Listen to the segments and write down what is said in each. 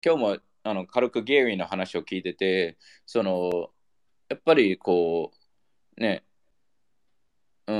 今日も軽くゲイリーの話を聞いてて、やっぱりこう、ね、うん、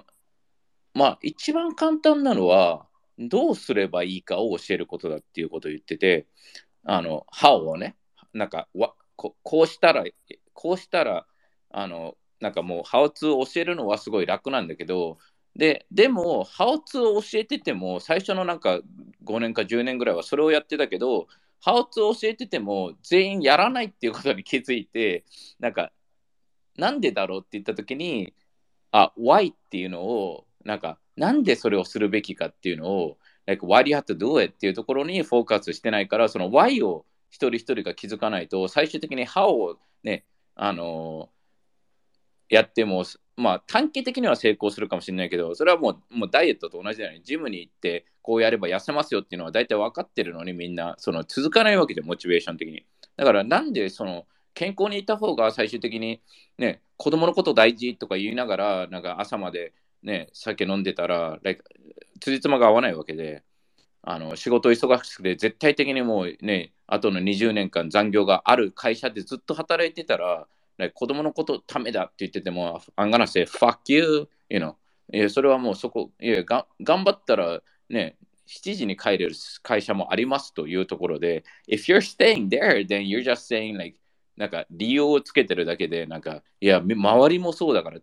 まあ一番簡単なのは、どうすればいいかを教えることだっていうことを言ってて、how をね、なんかこうしたら、こうしたら、なんかもう、how to を教えるのはすごい楽なんだけど、でも、how to を教えてても、最初のなんか5年か10年ぐらいはそれをやってたけど、how to を教えてても、全員やらないっていうことに気づいて、なんか、なんでだろうって言ったときに、why っていうのを、なんでそれをするべきかっていうのを、why do you have to do it っていうところにフォーカスしてないから、その why を一人一人が気づかないと、最終的に how をね、あのやっても、まあ短期的には成功するかもしれないけど、それはもうダイエットと同じだよね。ジムに行って、こうやれば痩せますよっていうのは大体分かってるのに、みんな、続かないわけで、モチベーション的に。だから、なんで、健康にいた方が最終的に、ね、子供のこと大事とか言いながら、なんか朝まで、ね、酒飲んでたら、辻褄が合わないわけで、仕事忙しくて、絶対的にもうね、あとの20年間残業がある会社でずっと働いてたら、子供のことためだって言ってても、I'm gonna say, fuck you, you know. いや、それはもう頑張ったらね、7時に帰れる会社もありますというところで、if you're staying there, then you're just saying,なんか理由をつけてるだけで、なんか、いや、周りもそうだからって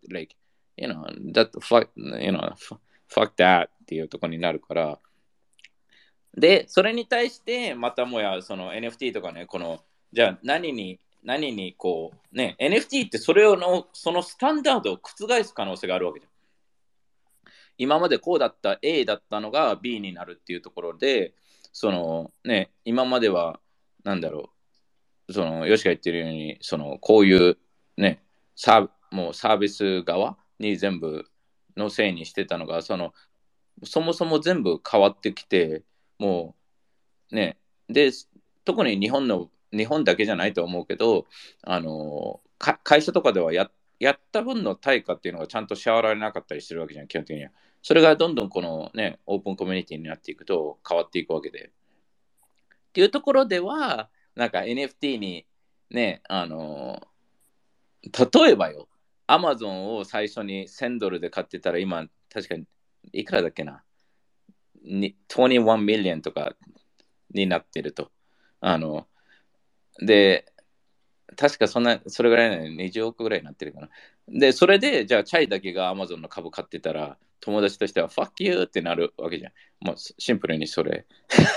、fuck that っていうところになるから、で、それに対して、またもや、その NFT とかね、じゃあ何にこう、ね、NFT ってそのスタンダードを覆す可能性があるわけじゃん。今までこうだった A だったのが B になるっていうところで、今までは、なんだろヨシが言ってるように、こういうね、もうサービス側に全部のせいにしてたのが、そもそも全部変わってきて、もうね、で、特に日本だけじゃないと思うけど、会社とかではやった分の対価っていうのがちゃんと支払われなかったりしてるわけじゃん、基本的には。それがどんどんこのね、オープンコミュニティになっていくと変わっていくわけで。っていうところでは、なんか NFT にね、例えばよ、アマゾンを最初に1000ドルで買ってたら今、確かにいくらだっけな、21ミリオンとかになってると。あの、で、確かそれぐらいなのに20億ぐらいになってるかな。で、それで、じゃあ、チャイだけがアマゾンの株買ってたら、友達としては、fuck you ってなるわけじゃん。もうシンプルにそれ。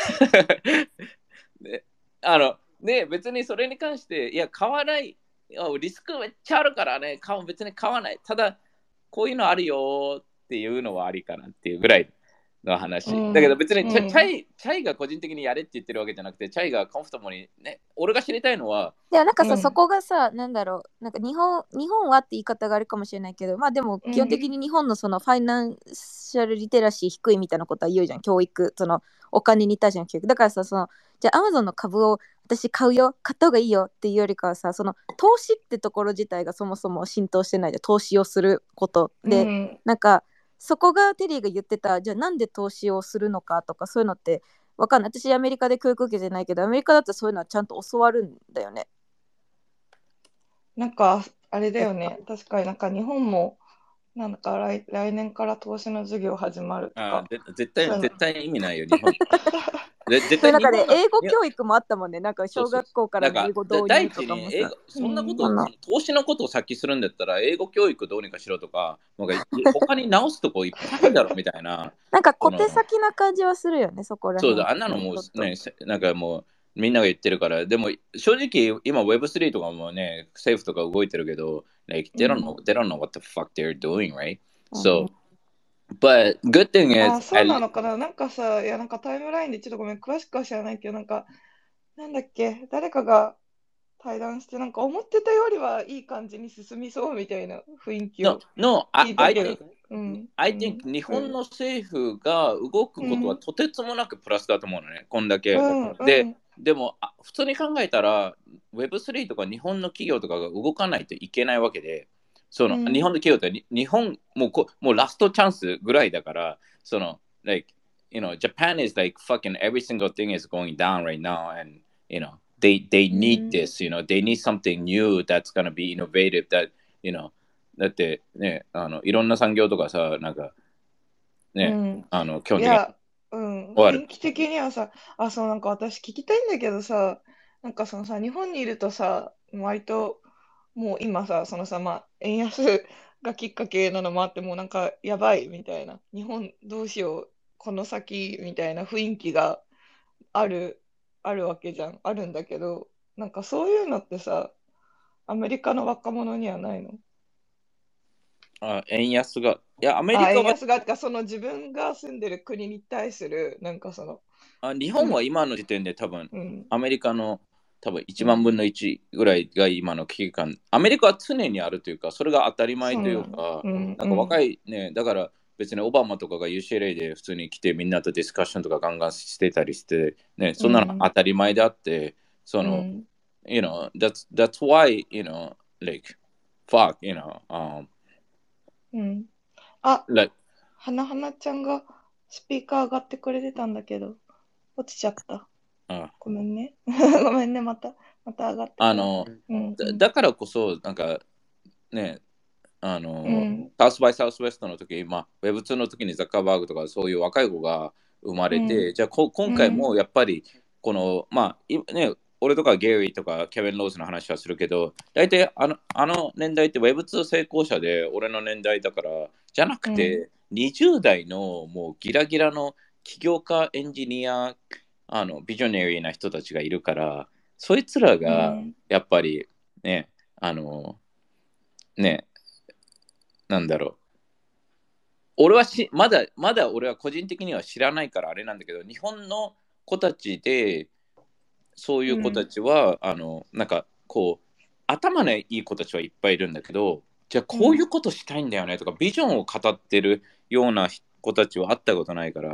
で、別にそれに関して、いや、買わない。リスクめっちゃあるからね、別に買わない。ただ、こういうのあるよっていうのはありかなっていうぐらいの話。だけど別にチャイが個人的にやれって言ってるわけじゃなくて、チャイがコンフォータブルにね、俺が知りたいのは、 でもなんかさ、そこがさ、なんだろう、なんか日本はって言い方があるかもしれないけど、まあでも基本的に日本のそのファイナンシャルリテラシー低いみたいなことは言うじゃん、教育、お金に対しての教育。だからさ、じゃあ Amazon の株を私買うよ、買った方がいいよっていうよりかはさ、投資ってところ自体がそもそも浸透してないで、投資をすることで、なんかそこがテリーが言ってた、じゃあなんで投資をするのかとか、そういうのってわかんない。私アメリカで教育受けてないけど、アメリカだとそういうのはちゃんと教わるんだよね。 なんか、あれだよね。確かになんか日本も、なんか来年から投資の授業始まるとか。 絶対意味ないよ、日本。絶対日本の英語教育もあったもんね。なんか小学校からの英語導入とかもさ。 そんなこと、投資のことを先するんだったら、英語教育どうにかしろとか、他に直すとこいっぱいあるだろみたいな。 なんか小手先な感じはするよね、そこらそう辺。 だ、あんなのもね、なんかもう、みんなが言ってるから、でも正直、今 Web3 とかもね、政府とか動いてるけど、they don't know what the fuck they're doing, right? But good thing is, そうなのかな。なんかさ、いや、なんかタイムラインでちょっとごめん、詳しくは知らないけど、なんか、なんだっけ、誰かが対談して、なんか思ってたよりはいい感じに進みそうみたいな雰囲気を聞いたけど。 I think 日本の政府が動くことはとてつもなくプラスだと思うのね、こんだけ。でも、普通に考えたら、Web3 とか日本の企業とかが動かないといけないわけで、日本の企業ってもうラストチャンスぐらいだから、Japan is like fucking every single thing is going down right now, and you know, they need this, you know, they need something new that's gonna be innovative that, you know, だってね、いろんな産業とかさ、なんかね、基本的にいや、雰囲気的にはさ、そう、なんか私聞きたいんだけどさ、なんかそのさ、日本にいるとさ、割と、もう今さ、そのさ、まあ、円安がきっかけなのもあって、もうなんかやばいみたいな、日本どうしよう、この先みたいな雰囲気がある、あるわけじゃん、あるんだけど、なんかそういうのってさ、アメリカの若者にはないの？ 円安が、いや、アメリカ円は、 安がってか、その自分が住んでる国に対する、なんかその、 日本は今の時点で多分、 うんアメリカの多分1万分の1ぐらいが今の危機感。アメリカは常にあるというか、それが当たり前というか、なんか若いね、だから別にオバマとかが UCLA で普通に来てみんなとディスカッションとかガンガンしてたりして、ね、そんなの当たり前であって、その、you know, that's why, you know, like, fuck, you know, like, 花ちゃんがスピーカー上がってくれてたんだけど、落ちちゃった。ごめんね。ごめんね、また上がってだからこそ、なんかね、サウスバイサウスウェストの時、まあ、Web2 の時にザッカーバーグとかそういう若い子が生まれて、じゃあ今回もやっぱりこの、まあね、俺とかゲイリーとかケビン・ローズの話はするけど、大体あの年代って Web2 成功者で俺の年代だから、じゃなくて、20代のもうギラギラの起業家、エンジニア、ビジョナリーな人たちがいるから、そいつらがやっぱりね、ね、なんだろう。俺はまだ俺は個人的には知らないからあれなんだけど、日本の子たちで、そういう子たちは、なんかこう、頭のいい子たちはいっぱいいるんだけど、じゃあこういうことしたいんだよねとか、ビジョンを語ってるような子たちは会ったことないから、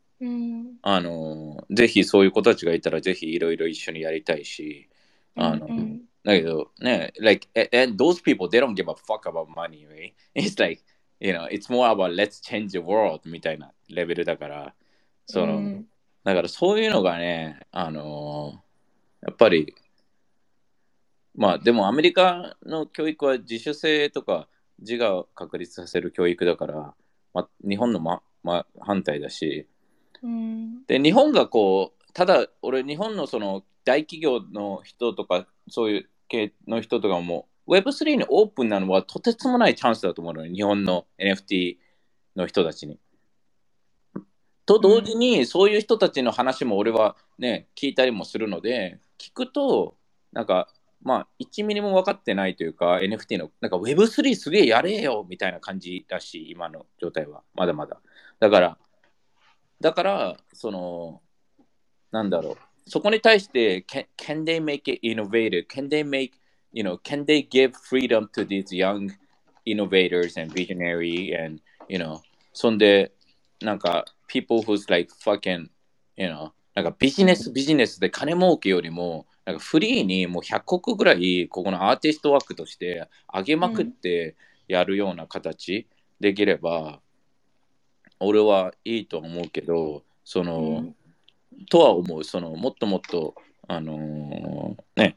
ぜひそういう子たちがいたら、ぜひいろいろ一緒にやりたいし、だけどね、like, and those people, they don't give a fuck about money, right? It's like, you know, it's more about let's change the world みたいなレベルだから、だからそういうのがね、やっぱり、まあでもアメリカの教育は自主性とか自我を確立させる教育だから、日本の、反対だし、で、日本がこう、ただ俺日本のその大企業の人とかそういう系の人とかも Web3 にオープンなのはとてつもないチャンスだと思うのよ、日本の NFT の人たちに。と同時に、そういう人たちの話も俺はね、聞いたりもするので、聞くと、なんか、まあ、1ミリも分かってないというか、NFT の、なんか Web3 すげえやれよみたいな感じだし、今の状態は、まだまだ。だから、その、なんだろう、そこに対して、can they make it innovative? Can they make, you know, can they give freedom to these young innovators and visionary and, you know, そんで、なんか、people who's like fucking, you know, なんかビジネスで金儲けよりも、なんかフリーにもう100国ぐらい、ここのアーティストワークとして上げまくってやるような形できれば、俺はいいと思うけど、その、とは思う、その、もっともっと、ね、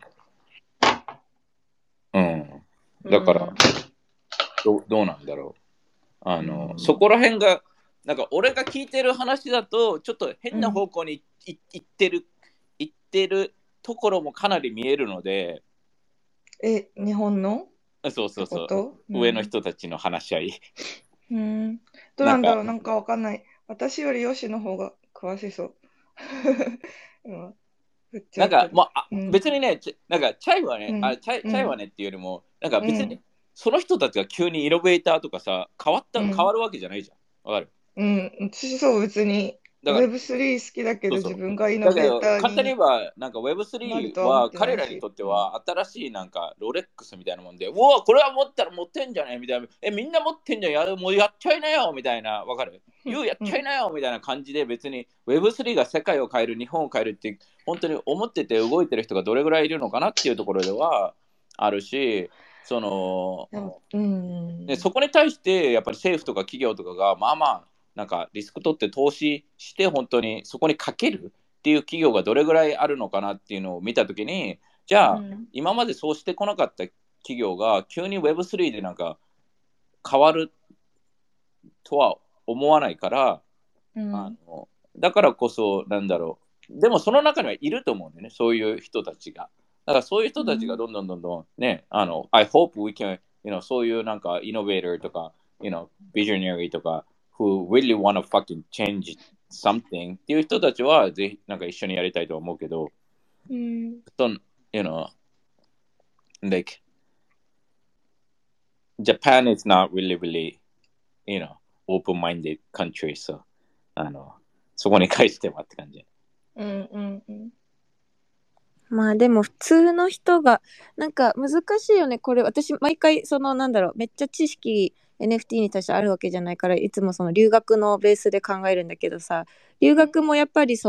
だから、どうなんだろう。そこら辺が、なんか俺が聞いてる話だと、ちょっと変な方向に行ってるところもかなり見えるので。 日本の？ そう。上の人たちの話し合い。 どうなんだろう、なんかわかんない。私よりヨシの方が詳しそう。 なんか、まあ、別にね、なんかチャイはね、チャイはねっていうよりも、なんか別に、その人たちが急にイノベーターとかさ、変わるわけじゃないじゃん。わかる？ 私そう別に Web3 好きだけど自分がイノベーターに。 簡単に言えば、なんか Web3 は彼らにとっては新しいなんかロレックスみたいなもんで、うわ、これは持ったら持ってんじゃねみたいな、みんな持ってんじゃん、もうやっちゃいなよみたいな、わかる？やっちゃいなよみたいな感じで、別に Web3 が世界を変える、日本を変えるって本当に思ってて動いてる人がどれぐらいいるのかなっていうところではあるし、その、そこに対してやっぱり政府とか企業とかがまあまあなんかリスク取って投資して本当にそこにかけるっていう企業がどれぐらいあるのかなっていうのを見たときに、じゃあ、今までそうしてこなかった企業が急に Web3 でなんか変わるとは思わないから、だからこそなんだろう。でもその中にはいると思うんだよね、そういう人たちが。だからそういう人たちがどんどんね、I hope we can, そういうなんかイノベーターとか、visionary とか、who really wanna fucking change something っていう人たちはぜひなんか一緒にやりたいと思うけど、like Japan is not really, open-minded country, so そこに返してはって感じ。 まあでも普通の人がなんか難しいよね。これ私毎回めっちゃ知識 NFT に対してあるわけじゃないからいつもその留学のベースで考えるんだけどさ、留学もやっぱり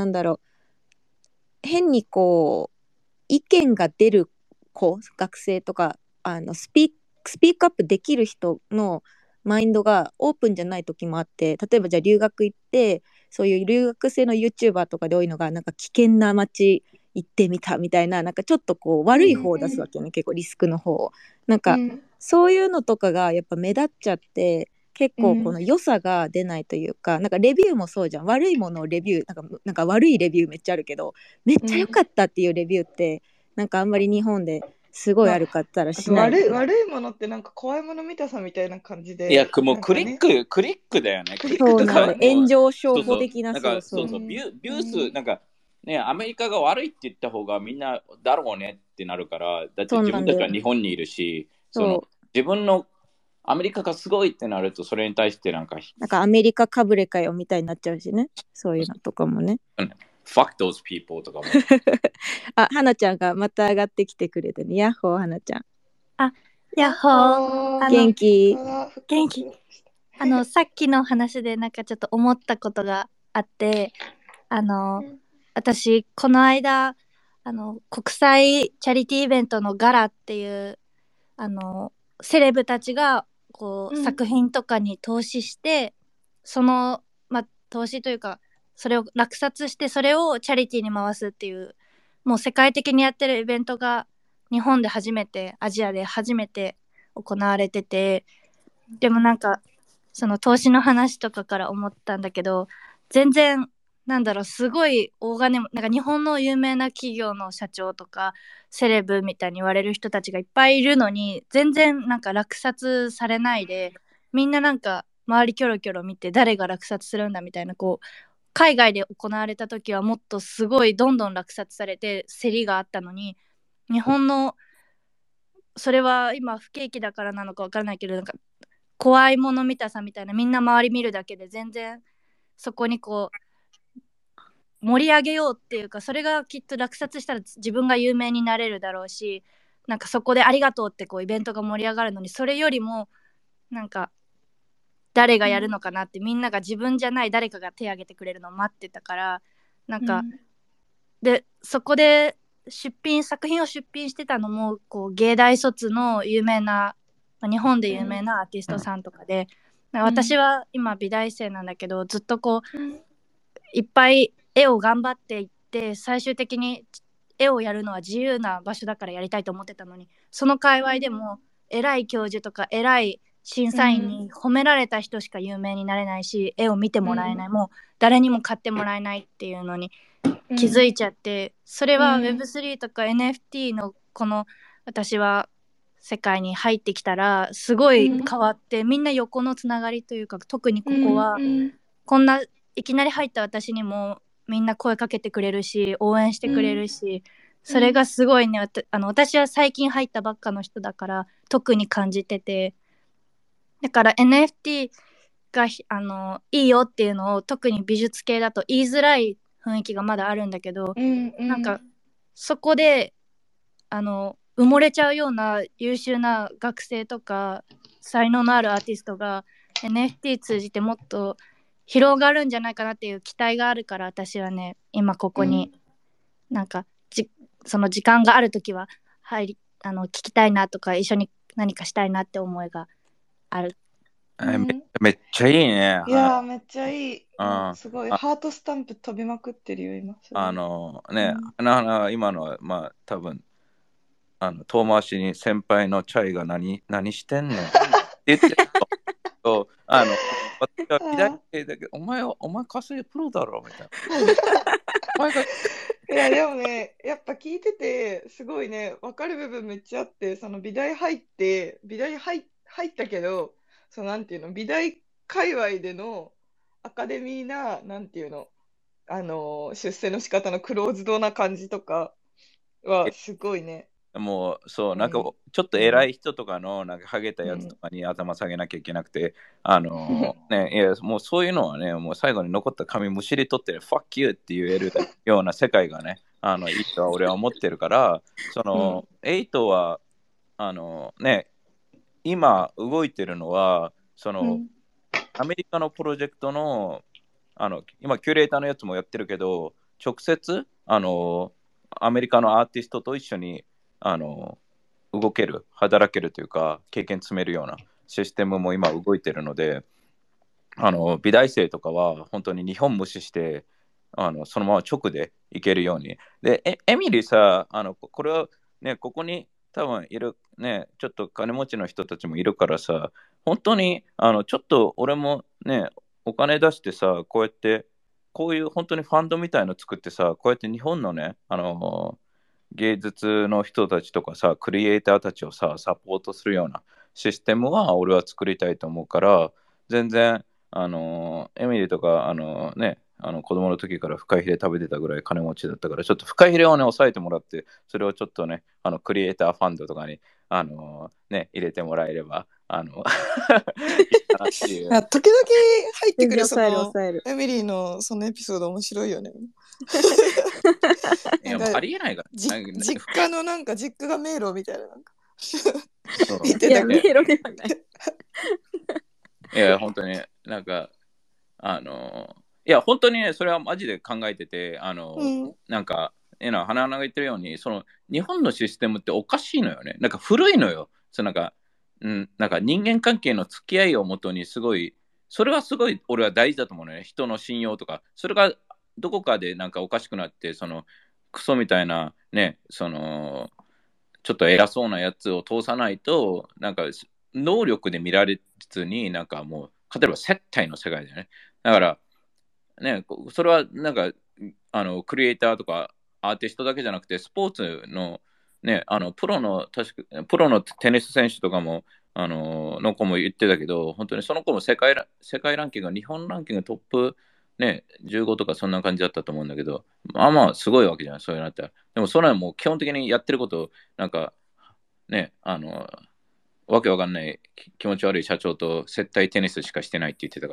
変にこう意見が出る学生とかスピークアップできる人のマインドがオープンじゃない時もあって、例えばじゃあ留学行ってそういう留学生の YouTuber とかで多いのがなんか危険な街行ってみたみたいな、なんかちょっとこう悪い方を出すわけよね、結構リスクの方を。なんか、そういうのとかがやっぱ目立っちゃって結構この良さが出ないというか、なんかレビューもそうじゃん。悪いものをレビューなんか悪いレビューめっちゃあるけどめっちゃ良かったっていうレビューってなんかあんまり日本ですごいあるかったらしない、 悪いものってなんか怖いもの見たさみたいな感じで。 いや、もうクリックだよね。クリックとか、炎上商法的な、 ビュース、なんかね、アメリカが悪いって言った方がみんなだろうねってなるから、だって自分たちは日本にいるし、自分のアメリカがすごいってなると、それに対してなんかアメリカかぶれかよみたいになっちゃうしね、そういうのとかもね。 Fuck those people とかも。 あ、花ちゃんがまた上がってきてくれてね。ヤッホー、花ちゃん。 あ、ヤッホー。 元気？ さっきの話でなんかちょっと思ったことがあって、私、この間、国際チャリティーイベントのガラっていう、セレブたちが、作品とかに投資して、投資というか、それを落札して、それをチャリティーに回すっていう、もう世界的にやってるイベントが、日本で初めて、アジアで初めて行われてて、でもなんか、その投資の話とかから思ったんだけど、全然、すごい大金も、なんか日本の有名な企業の社長とか、セレブみたいに言われる人たちがいっぱいいるのに、全然なんか落札されないで、みんななんか周りキョロキョロ見て誰が落札するんだみたいな、海外で行われた時はもっとすごいどんどん落札されて競りがあったのに、日本のそれは今不景気だからなのか分からないけど、なんか怖いもの見たさみたいな、みんな周り見るだけで全然そこに盛り上げようっていうか、それがきっと落札したら自分が有名になれるだろうし、なんかそこでありがとうってイベントが盛り上がるのに、それよりもなんか誰がやるのかなって、みんなが自分じゃない誰かが手を挙げてくれるのを待ってたから、なんか、でそこで作品を出品してたのも芸大卒の有名な、日本で有名なアーティストさんとかで、私は今美大生なんだけど、ずっといっぱい絵を頑張っていって、最終的に絵をやるのは自由な場所だからやりたいと思ってたのに、その界隈でも偉い教授とか偉い審査員に褒められた人しか有名になれないし、絵を見てもらえない、もう誰にも買ってもらえないっていうのに気づいちゃって、それは Web3 とか NFT の私は世界に入ってきたらすごい変わって、みんな横のつながりというか、特にここはこんないきなり入った私にもみんな声かけてくれるし応援してくれるし、それがすごいね。私は最近入ったばっかの人だから特に感じてて、だから NFT がいいよっていうのを特に美術系だと言いづらい雰囲気がまだあるんだけど、なんかそこで埋もれちゃうような優秀な学生とか才能のあるアーティストが NFT 通じてもっと広がるんじゃないかなっていう期待があるから、私はね今ここになんかその時間があるときは聞きたいなとか、一緒に何かしたいなって思いがある。 めっちめっちゃいいね。 いやー、めっちゃいい。 あすごい、 あハートスタンプ飛びまくってるよ、今。 ね、今のは、まあ、多分遠回しに先輩のチャイが何してんねんって言ってると、私は美大生だけど、お前稼いプロだろみたいな。お前がいや、でもね、やっぱ聞いてて、すごいね、わかる部分めっちゃあって、その美大入ったけど、なんていうの、美大界隈でのアカデミーな、なんていうの、出世の仕方のクローズドな感じとかは、すごいね。 もうそう、なんかうんちょっと偉い人とかのなんかハゲたやつとかに頭下げなきゃいけなくて、ね、いや、もうそういうのはね、もう最後に残った紙むしり取って、fuck you って言えるような世界がね、いいとは俺は思ってるから、エイトは、ね、今動いてるのは、アメリカのプロジェクトの、今、キュレーターのやつもやってるけど、直接、アメリカのアーティストと一緒に、動ける、働けるというか、経験積めるようなシステムも今動いてるので、美大生とかは本当に日本無視して、そのまま直で行けるように。で、エミリーさ、これはね、ここに多分いる、ね、ちょっと金持ちの人たちもいるからさ、本当に、ちょっと俺もね、お金出してさ、こうやって、こういう本当にファンドみたいの作ってさ、こうやって日本のね、芸術の人たちとかさ、クリエイターたちをさ、サポートするようなシステムは俺は作りたいと思うから、全然、エミリーとか、子供の時からフカヒレ食べてたぐらい金持ちだったから、ちょっとフカヒレをね、抑えてもらって、それをちょっとね、クリエイターファンドとかに、入れてもらえれば、いいかなっていう。 時々入ってくる抑えるエミリーのそのエピソード面白いよね。 いや、もうありえないから。 実家の実家が迷路みたいな。 そういや、迷路ではない。 いや、本当に、いや、本当にね、それはマジで考えてて、花々が言ってるように、日本のシステムっておかしいのよね。なんか古いのよ。なんか人間関係の付き合いをもとにそれはすごい俺は大事だと思うのね。人の信用とか。それがどこかでなんかおかしくなって、クソみたいなね、ちょっと偉そうなやつを通さないと、なんか能力で見られずに、なんかもう、例えば接待の世界だよね。だから、ね、それはなんか、クリエイターとかアーティストだけじゃなくて、スポーツの、ね、プロのテニス選手とかも、の子も言ってたけど、本当にその子も世界ランキング、日本ランキングトップ、ね、15とかそんな感じだったと思うんだけど、まあすごいわけじゃない、そういうのあったら。でもそれはもう基本的にやってることを、なんか、ね、わけわかんない気持ち悪い社長と接待テニスしかしてないって言ってたから、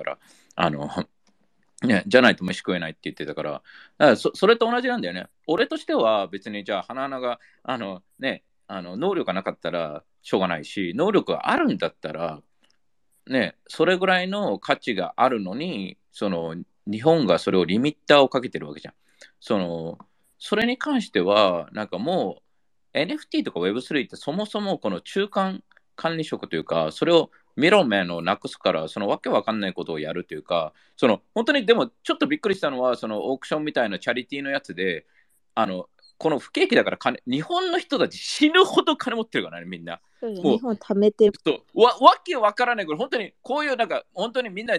ね、じゃないと飯食えないって言ってたから、だからそれと同じなんだよね。俺としては別にじゃあ花々が能力がなかったらしょうがないし、能力があるんだったら、ね、それぐらいの価値があるのに、日本がそれをリミッターをかけてるわけじゃん。それに関しては、なんかもう NFT とか Web3 ってそもそもこの中間管理職というか、それをミロメンをなくすから、わけわかんないことをやるというか、本当にでもちょっとびっくりしたのは、オークションみたいなチャリティーのやつで、この不景気だから日本の人たち死ぬほど金持ってるからね、みんな。 日本貯めてる。 わけわからないけど、本当にこういうなんか、本当にみんな、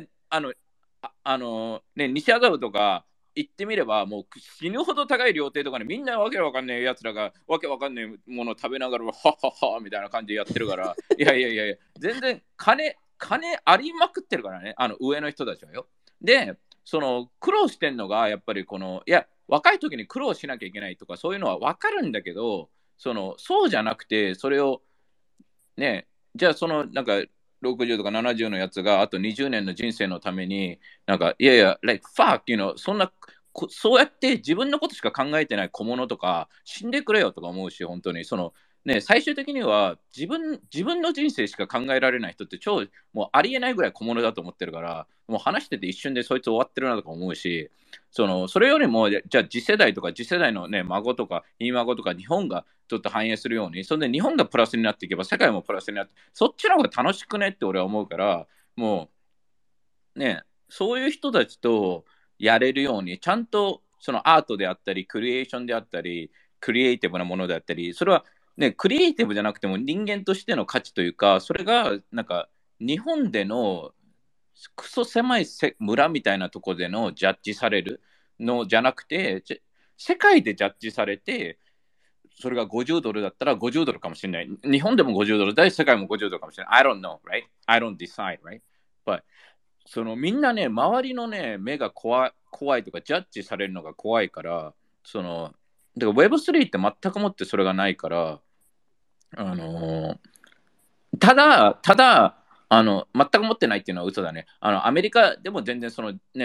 西麻布とか行ってみれば、もう死ぬほど高い料亭とかにみんなわけわかんないやつらがわけわかんないものを食べながら、はっはっはみたいな感じでやってるから、いや、全然金ありまくってるからね、上の人たちはよ。で、苦労してんのが、やっぱり若い時に苦労しなきゃいけないとか、そういうのは分かるんだけど、そうじゃなくて、それを、ね、じゃあなんか、60とか70のやつが、あと20年の人生のために、なんか、いや、like, fuck,そうやって自分のことしか考えてない小物とか、死んでくれよとか思うし、本当に、最終的には自分の人生しか考えられない人ってもうありえないぐらい小物だと思ってるから、もう話してて一瞬でそいつ終わってるなとか思うし、それよりもじゃあ次世代のね、孫とかひ孫とか日本がちょっと反映するように、それで日本がプラスになっていけば世界もプラスになって、そっちの方が楽しくねって俺は思うから、もね、そういう人たちとやれるように、ちゃんとそのアートであったり、クリエーションであったり、クリエイティブなものであったり、それは、ね、クリエイティブじゃなくても人間としての価値というか、それがなんか日本でのクソ狭い村みたいなところでのジャッジされるのじゃなくて、世界でジャッジされて、それが$50だったら$50かもしれない。日本でも$50だし、世界も$50かもしれない。I don't know, right? I don't decide, right? But そのみんなね、周りのね、目が怖いとか、ジャッジされるのが怖いから、だから Web3 って全くもってそれがないから、ただ、全く持ってないっていうのは嘘だね。アメリカでも全然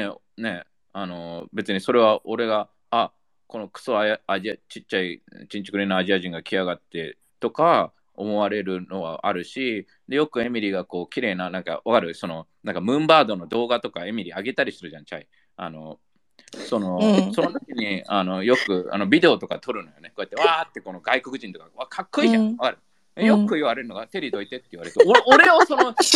別にそれは俺が、このクソちっちゃいちんちくりのアジア人が来やがってとか思われるのはあるし、でよくエミリーがこう綺麗な、なんかわかる、なんかムーンバードの動画とかエミリー上げたりするじゃん、チャイ。その時によくビデオとか撮るのよね。こうやってわーってこの外国人とか、かっこいいじゃん。わかる。よく言われるのが、テリーどいてって言われて、俺をい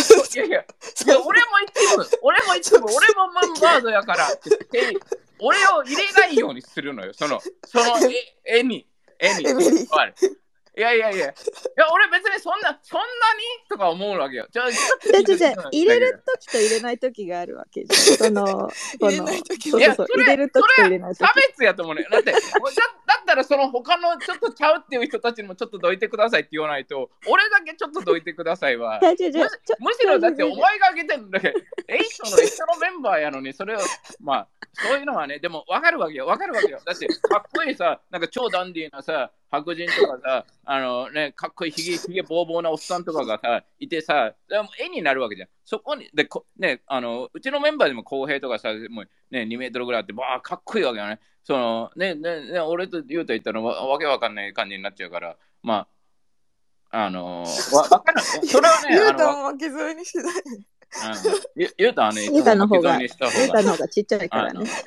やいつも俺もマンバードやからって言って、俺を入れないようにするのよ。その絵に。いや、俺別にそんなにとか思うわけよ。 入れるときと入れないときがあるわけじゃん。入れないとき。入れるときと入れないとき。 差別やと思うね。だったらその他のちょっとちゃうっていう人たちにもちょっとどいてくださいって言わないと、俺だけちょっとどいてくださいは。むしろだってお前があげてるんだけど、一緒のメンバーやのに、それを、そういうのはね、でも分かるわけよ。だってかっこいいさ、なんか超ダンディーなさ、白人とかさ、かっこいいひげボーボーなおっさんとかがさ、いてさ、でも絵になるわけじゃん。そこに、うちのメンバーでも公平とかさ、もうね、2メートルぐらいあって、かっこいいわけよね。俺と言うと言ったらわけわかんない感じになっちゃうから、わかんない。それはね、 ユータも負け添えにしない。 ユータはね、 ユータの方がちっちゃいからね。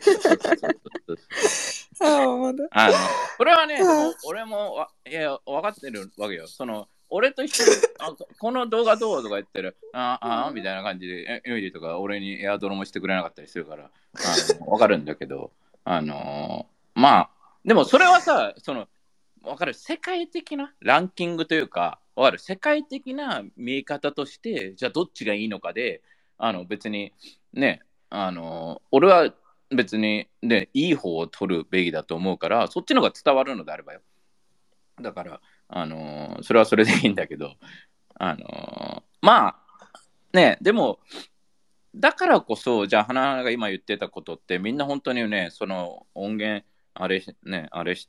これはね、俺も分かってるわけよ。俺と一緒にこの動画どうとか言ってるみたいな感じでエミリーとか俺にエアドロもしてくれなかったりするから分かるんだけど、でもそれはさ、分かる、世界的なランキングというか、分かる、世界的な見え方として、じゃあどっちがいいのかで、別にね、俺は別にね、いい方を取るべきだと思うから、そっちの方が伝わるのであればよ。だから、それはそれでいいんだけど、ね、でも、だからこそ、じゃあ、花が今言ってたことって、みんな本当にね、その音源、あれして、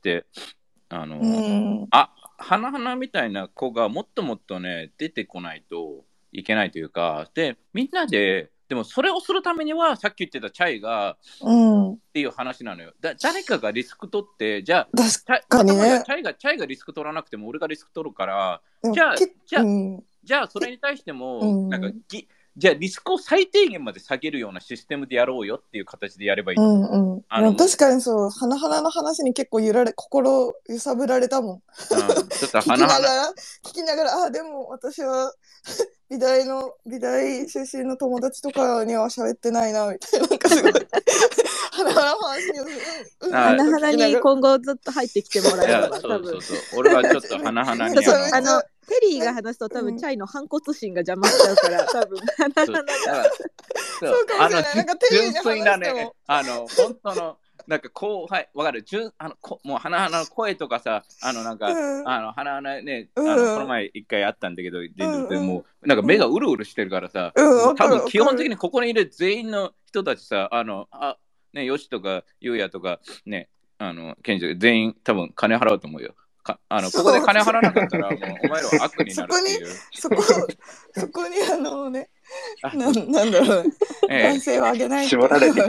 花みたいな子がもっともっとね、出てこないといけないというか、で、みんなで、でもそれをするためには、さっき言ってたチャイが、っていう話なのよ。誰かがリスク取って、じゃあ、 確かにね、 チャイがリスク取らなくても、俺がリスク取るから、じゃあ、それに対しても、なんか、じゃあリスクを最低限まで下げるようなシステムでやろうよっていう形でやればいい。 確かにそう、花の話に結構心揺さぶられたもん。 ちょっと聞きながら、でも私は美大出身の友達とかには喋ってないなみたいな、なんかすごい花の話に今後ずっと入ってきてもらえれば、 そう俺はちょっと花にテリーが話すと多分チャイの反骨心が邪魔しちゃうから多分そうかもしれない。なんかテリーに話しても純粋なね、本当のなんかわかる、もう花の声とかさ、なんか、花ね、この前一回あったんだけど、もうなんか目がうるうるしてるからさ、多分基本的にここにいる全員の人たちさ、ね、ヨシとかユウヤとかね、ケンジ全員多分金払うと思うよ。ここで金払わなかったらもうお前らは悪になるっていう。そこにね、なんだろう、男性をあげない絞られて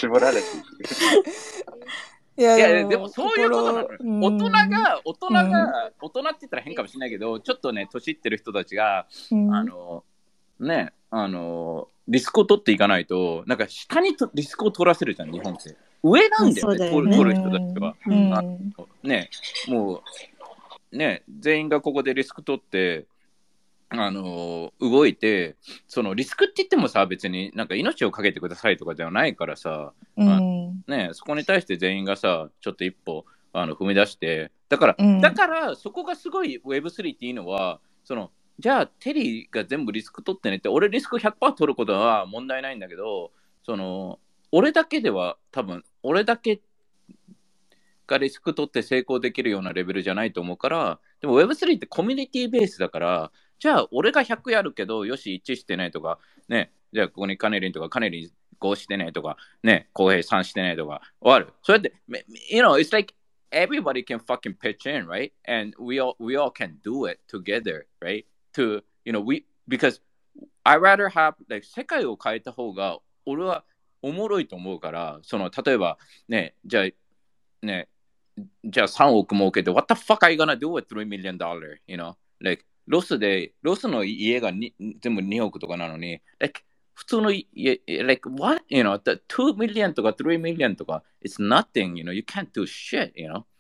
いやでもそういうことなのよ。大人って言ったら変かもしれないけど、ちょっとね年いってる人たちが、ね、リスクを取っていかないと、なんか下にリスクを取らせるじゃん、日本って。上なんだよね、取る人たちは。ね、もうね、全員がここでリスク取って、 動いて、そのリスクって言ってもさ、別になんか命をかけてくださいとかではないからさ、そこに対して全員がさ、ちょっと一歩踏み出して、だからそこがすごい Web3 っていうのは、じゃあテリーが全部リスク取ってねって、俺リスク 100% 取ることは問題ないんだけど、俺だけでは多分、俺だけがリスク取って成功できるようなレベルじゃないと思うから、でも Web3 ってコミュニティベースだから、じゃあ俺が100やるけど、よし、1してないとか、ね、じゃあここにカネリンとか、カネリン5してねとか、ね、浩平3してねとか、終わる。それって、it's like everybody can fucking pitch in, right? And we all can do it together, right? Because I rather have, like, 世界を変えた方が、俺はおもろいと思うから、例えば、ね、じゃあ3億儲けて、what the fuck are you gonna do with $3 million? Like, ロスの家が全部2億とかなのに、like, 普通の家、like, what? The 2 million とか3 million とか、it's nothing, you can't do shit,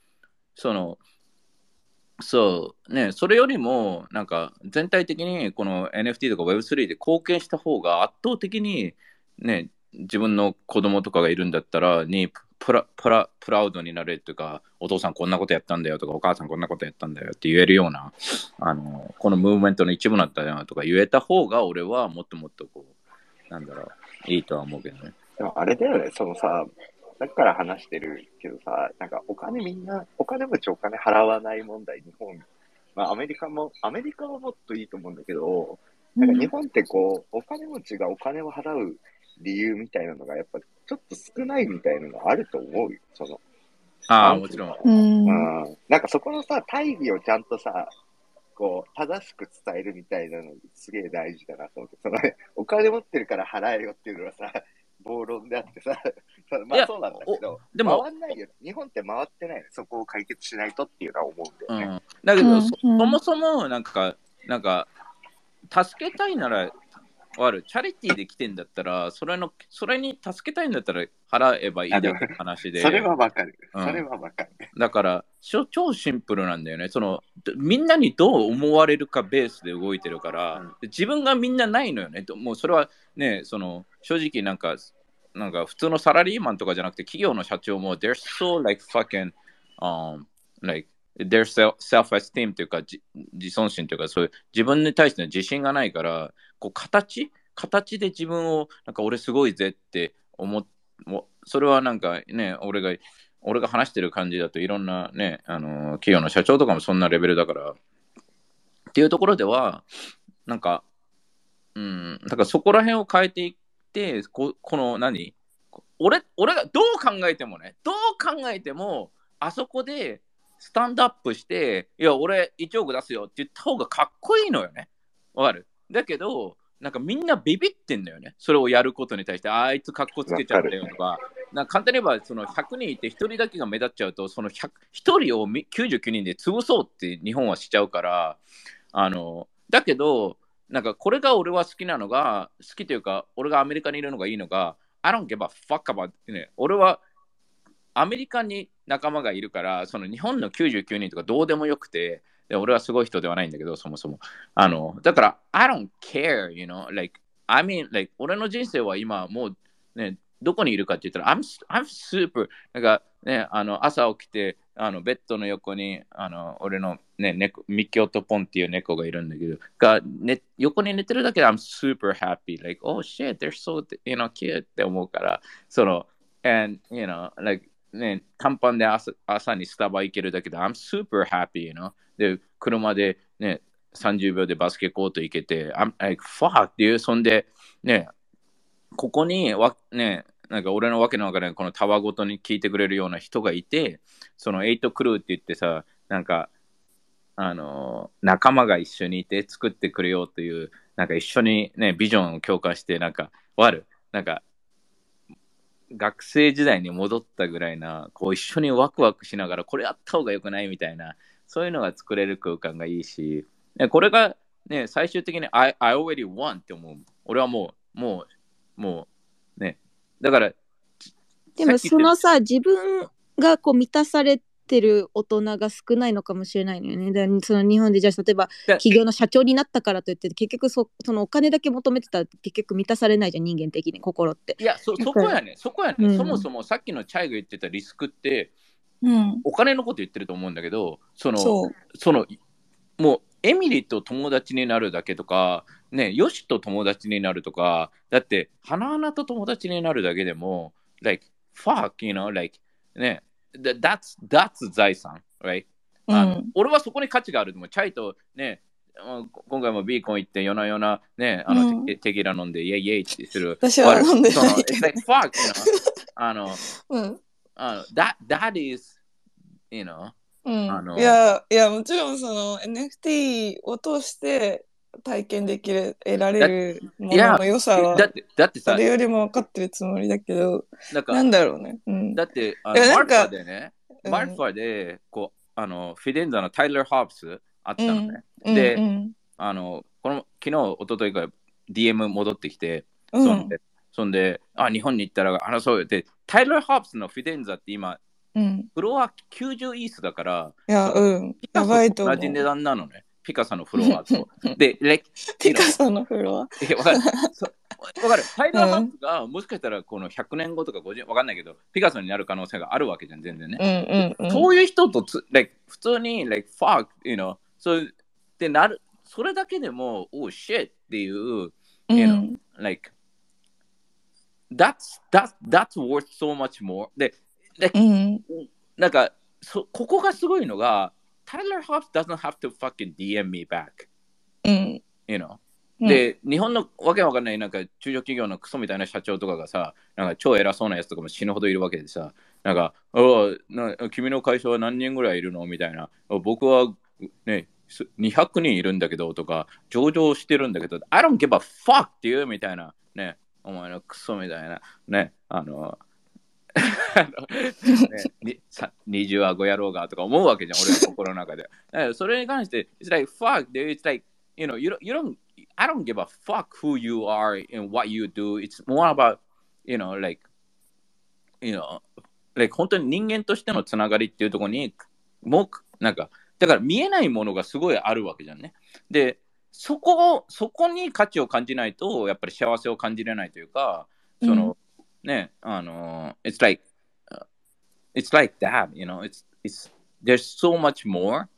そうね、それよりも、なんか、全体的にこの NFT とか Web3 で貢献した方が圧倒的に、ね、自分の子供とかがいるんだったら、プラウドになれるというか、お父さんこんなことやったんだよとか、お母さんこんなことやったんだよって言えるような、このムーブメントの一部だったよとか言えた方が、俺はもっともっといいとは思うけどね。 でもあれだよね、さ、だから話してるけどさ、なんかお金持ちお金払わない問題、日本、まあアメリカはもっといいと思うんだけど、なんか日本ってお金持ちがお金を払う理由みたいなのがやっぱちょっと少ないみたいなのがあると思うよ。 もちろん。 なんかそこのさ、大義をちゃんとさ、正しく伝えるみたいなのすげえ大事だなと思って、お金持ってるから払えよっていうのはさ、暴論であってさ、まあそうなんだけど、でも回んないよ。日本って回ってない。そこを解決しないとっていうのは思うんだよね。 だけど、そもそもなんか、助けたいなら、チャリティーで来てんだったら、それに助けたいんだったら払えばいいだけの話で。 それはわかる。 だから、超シンプルなんだよね。みんなにどう思われるかベースで動いてるから、自分がみんなないのよね。もうそれはね、正直なんか普通のサラリーマンとかじゃなくて、企業の社長も、they're so like fucking, like, their self-esteem というか、自尊心というか、そういう自分に対しての自信がないから、形で自分をなんか俺すごいぜってそれはなんかね、俺が話してる感じだといろんなね、企業の社長とかもそんなレベルだからっていうところではなんかだからそこら辺を変えていってこの俺がどう考えてもあそこでスタンドアップしていや俺1億出すよって言った方がかっこいいのよね。わかる？だけどなんかみんなビビってんだよね。それをやることに対してあいつかっこつけちゃったよとか、なんか簡単に言えば100人いて1人だけが目立っちゃうと1人を99人で潰そうって日本はしちゃうからだけどなんかこれが俺は好きというか俺がアメリカにいるのがいいのが I don't give a fuck about ね、俺はアメリカに仲間がいるから日本の99人とかどうでもよくてで俺はすごい人ではないんだけどそもそもだから I don't care like I mean like 俺の人生は今もうねどこにいるかって言ったら I'm super なんかね朝起きてベッドの横に俺のねミキオとポンっていう猫がいるんだけど横に寝てるだけで I'm super happy like oh shit they're so cute って思うからand likeね、短パンで朝にスタバ行けるだけで I'm super happy, で、車でね、30秒でバスケコート行けて I'm like, fuck, っていう、そんで、ね、ここにね、なんか俺のわけのわからないこのタワごとに聞いてくれるような人がいて、8クルーって言ってさ、なんか、仲間が一緒にいて作ってくれようという、なんか一緒にね、ビジョンを強化して、なんか、なんか、学生時代に戻ったぐらいな一緒にワクワクしながらこれやった方がよくないみたいなそういうのが作れる空間がいいしこれがね最終的に I already won って思う。俺はもうねだからでも自分が満たされててる大人が少ないのかもしれないのよね。でその日本でじゃあ例えばで企業の社長になったからといって結局そのお金だけ求めてたら結局満たされないじゃん、人間的に心って。 いや、そだからこやね。そこやね。 うんそもそもさっきのチャイが言ってたリスクって、 うん。 お金のこと言ってると思うんだけど、そそう。 の、もう、エミリと友達になるだけとか、ね、ヨシと友達になるとか、だって、花々と友達になるだけでも、like, fuck, you know, like, ね、that's 財産、right? うん。 俺はそこに価値があると思う。チャイとね、今回もビーコン行って夜な夜なね、 うんテキーラ飲んでイエイイエイってする。 私は飲んでそのないけ it's ど。 like fuck, you know. うん。 that is, you know. いや、もちろんその NFT を通して体験できる、得られるものの良さはだってさ、 誰よりも分かってるつもりだけど、 なんなんだろうね。うん。 だっていやなんかマルファでね、マルファでこうフィデンザのタイラー・ホブスあったのね。で、この昨日一昨日から DM 戻ってきて、そんで日本に行ったら話そうよって、タイラー・ホブスのフィデンザって今フロア90イースだから、 いや、 ピカソと同じ値段なのね。ピカソのフロアと。で、 ピカソのフロア。 わかる。タイラー・ハップがもしかしたらこの100年後とか50年わかんないけど、ピカソになる可能性があるわけじゃん、全然ね。そういう人と普通に、fuck, you know, そうってなる、それだけでも、oh shit っていう、you know, that's worth so much more. で、なんかここがすごいのが、Tyler Hobbs doesn't have to fucking DM me back. You know? で、日本のわけわかんないなんか中小企業のクソみたいな社長とかがさ、なんか超偉そうなやつとかも死ぬほどいるわけでさ、なんか、君の会社は何人ぐらいいるのみたいな、僕はね、200人いるんだけどとか、上場してるんだけど、I don't give a fuck っていうみたいな、ね、お前のクソみたいな、ね、20は5やろうがとか思うわけじゃん、俺の心の中で。それに関して、it's like fuck, dude. It's like, you know, I don't give a fuck who you are and what you do. It's more about, you know, like 本当に人間としてのつながりっていうところに、もうなんか、だから見えないものがすごいあるわけじゃんね。で、そこに価値を感じないと、やっぱり幸せを感じれないというか、その、ね、it's like that, you know, there's so much more